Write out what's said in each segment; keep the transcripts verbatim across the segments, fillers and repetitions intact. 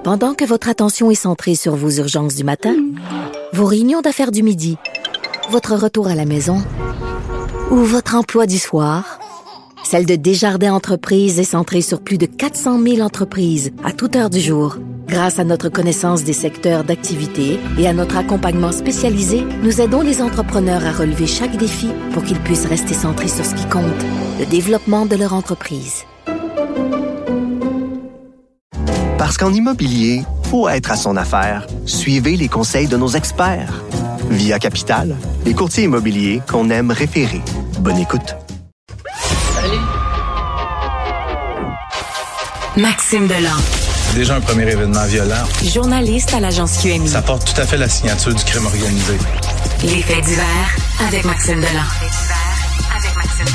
Pendant que votre attention est centrée sur vos urgences du matin, vos réunions d'affaires du midi, votre retour à la maison ou votre emploi du soir, celle de Desjardins Entreprises est centrée sur plus de quatre cent mille entreprises à toute heure du jour. Grâce à notre connaissance des secteurs d'activité et à notre accompagnement spécialisé, nous aidons les entrepreneurs à relever chaque défi pour qu'ils puissent rester centrés sur ce qui compte, le développement de leur entreprise. Parce qu'en immobilier, faut être à son affaire. Suivez les conseils de nos experts. Via Capital, les courtiers immobiliers qu'on aime référer. Bonne écoute. Salut. Maxime Delan. Déjà un premier événement violent. Journaliste à l'agence Q M I. Ça porte tout à fait la signature du crime organisé. Les faits divers avec Maxime Delan. Les faits divers avec Maxime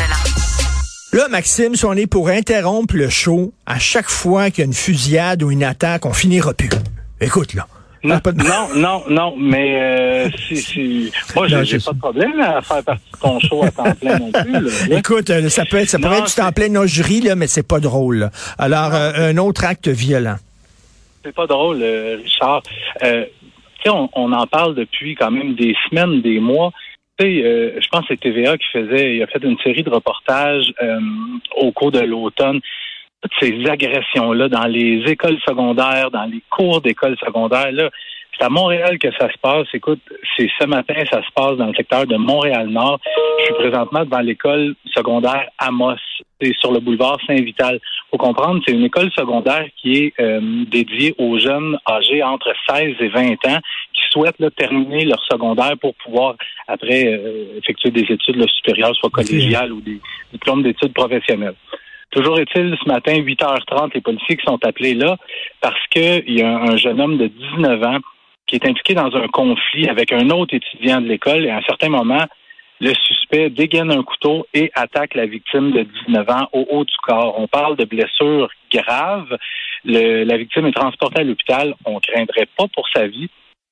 Delan. Là, Maxime, si on est pour interrompre le show, à chaque fois qu'il y a une fusillade ou une attaque, on finira plus. Écoute, là. Non, non, non, non, mais euh, si, si, moi, j'ai, non, j'ai pas de problème à faire partie de ton show à temps plein non plus. Là, là. Écoute, euh, ça peut être, ça pourrait non, être du temps plein, non, je ris, là, mais c'est pas drôle. Là. Alors, euh, un autre acte violent. C'est pas drôle, euh, Richard. Euh, tu sais, on, on en parle depuis quand même des semaines, des mois. Tu sais, euh, je pense que c'est T V A qui faisait, il a fait une série de reportages euh, au cours de l'automne. Toutes ces agressions-là dans les écoles secondaires, dans les cours d'écoles secondaires, là, c'est à Montréal que ça se passe. Écoute, c'est ce matin, ça se passe dans le secteur de Montréal-Nord. Je suis présentement devant l'école secondaire Amos. C'est sur le boulevard Saint-Vital. Faut comprendre, c'est une école secondaire qui est euh, dédiée aux jeunes âgés entre seize et vingt ans qui souhaitent là, terminer leur secondaire pour pouvoir, après, euh, effectuer des études là, supérieures, soit collégiales ou des diplômes d'études professionnelles. Toujours est-il, ce matin, huit heures trente, les policiers qui sont appelés là parce qu'il y a un jeune homme de dix-neuf ans qui est impliqué dans un conflit avec un autre étudiant de l'école et à un certain moment, le suspect dégaine un couteau et attaque la victime de dix-neuf ans au haut du corps. On parle de blessures graves. Le, la victime est transportée à l'hôpital. On ne craindrait pas pour sa vie.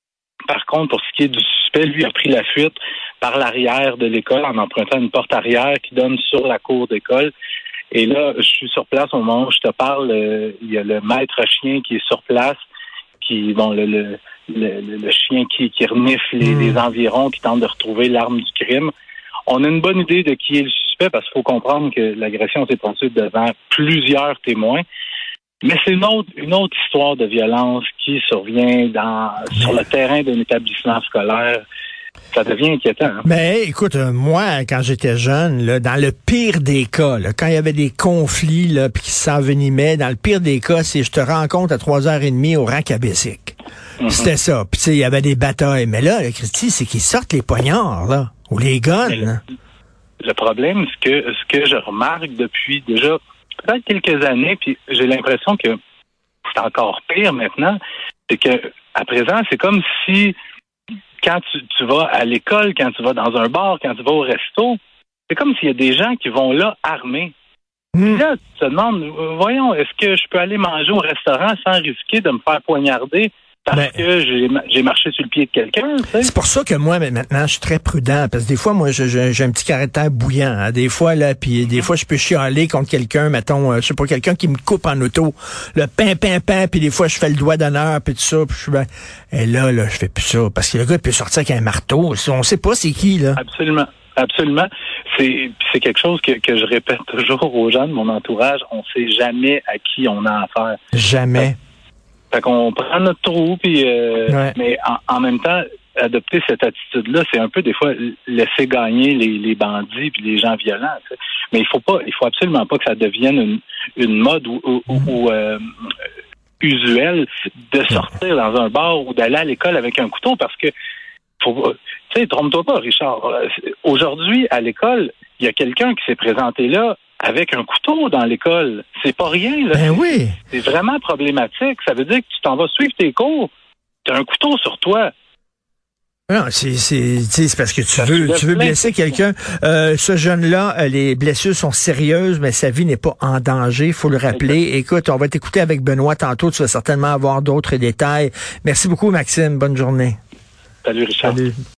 Par contre, pour ce qui est du suspect, lui a pris la fuite par l'arrière de l'école en empruntant une porte arrière qui donne sur la cour d'école. Et là, je suis sur place au moment où je te parle. Euh, il y a le maître chien qui est sur place, qui bon le le, le, le chien qui, qui renifle les, mmh. les environs, qui tente de retrouver l'arme du crime. On a une bonne idée de qui est le suspect parce qu'il faut comprendre que l'agression s'est produite devant plusieurs témoins. Mais c'est une autre, une autre histoire de violence qui survient dans sur le terrain d'un établissement scolaire. Ça devient inquiétant. Hein? Mais écoute, euh, moi, quand j'étais jeune, là, dans le pire des cas, là, quand il y avait des conflits là, puis qui s'envenimaient, dans le pire des cas, c'est je te rencontre à trois heures trente au rang Cabessic. Mm-hmm. C'était ça. Puis tu sais, il y avait des batailles. Mais là, là Christy, c'est qu'ils sortent les poignards, là, ou les guns. Le, le problème, ce que ce que je remarque depuis déjà peut-être quelques années, puis j'ai l'impression que c'est encore pire maintenant, c'est que à présent, c'est comme si quand tu, tu vas à l'école, quand tu vas dans un bar, quand tu vas au resto, c'est comme s'il y a des gens qui vont là armés. Mmh. Puis là, tu te demandes, voyons, est-ce que je peux aller manger au restaurant sans risquer de me faire poignarder parce ben, que j'ai, j'ai marché sur le pied de quelqu'un, tu sais? C'est pour ça que moi, maintenant, je suis très prudent, parce que des fois, moi, je, je, j'ai un petit caractère bouillant, hein, des fois, là, puis des fois, je peux chialer contre quelqu'un, mettons, euh, je sais pas, quelqu'un qui me coupe en auto, le pain, pain, pain, puis des fois, je fais le doigt d'honneur, puis tout ça, puis je suis ben, et là, là, je fais plus ça, parce que le gars, il peut sortir avec un marteau, on sait pas c'est qui, là. Absolument. Absolument. C'est, c'est quelque chose que, que je répète toujours aux gens de mon entourage, on sait jamais à qui on a affaire. Jamais. Fait qu'on prend notre trou, puis euh, ouais. mais en, en même temps, adopter cette attitude-là, c'est un peu des fois laisser gagner les, les bandits puis les gens violents. Tu sais. Mais il faut pas, il faut absolument pas que ça devienne une, une mode ou, ou, mm-hmm. ou euh, usuelle de sortir dans un bar ou d'aller à l'école avec un couteau parce que faut, tu sais, trompe-toi pas, Richard. Aujourd'hui, à l'école, il y a quelqu'un qui s'est présenté là avec un couteau dans l'école. C'est pas rien, là. Ben oui. C'est vraiment problématique. Ça veut dire que tu t'en vas suivre tes cours. Tu as un couteau sur toi. Non, c'est, c'est, c'est parce que tu ça veux, tu veux blesser quelqu'un. Euh, ce jeune-là, les blessures sont sérieuses, mais sa vie n'est pas en danger. Il faut le rappeler. Écoute, on va t'écouter avec Benoît tantôt. Tu vas certainement avoir d'autres détails. Merci beaucoup, Maxime. Bonne journée. Salut, Richard. Salut.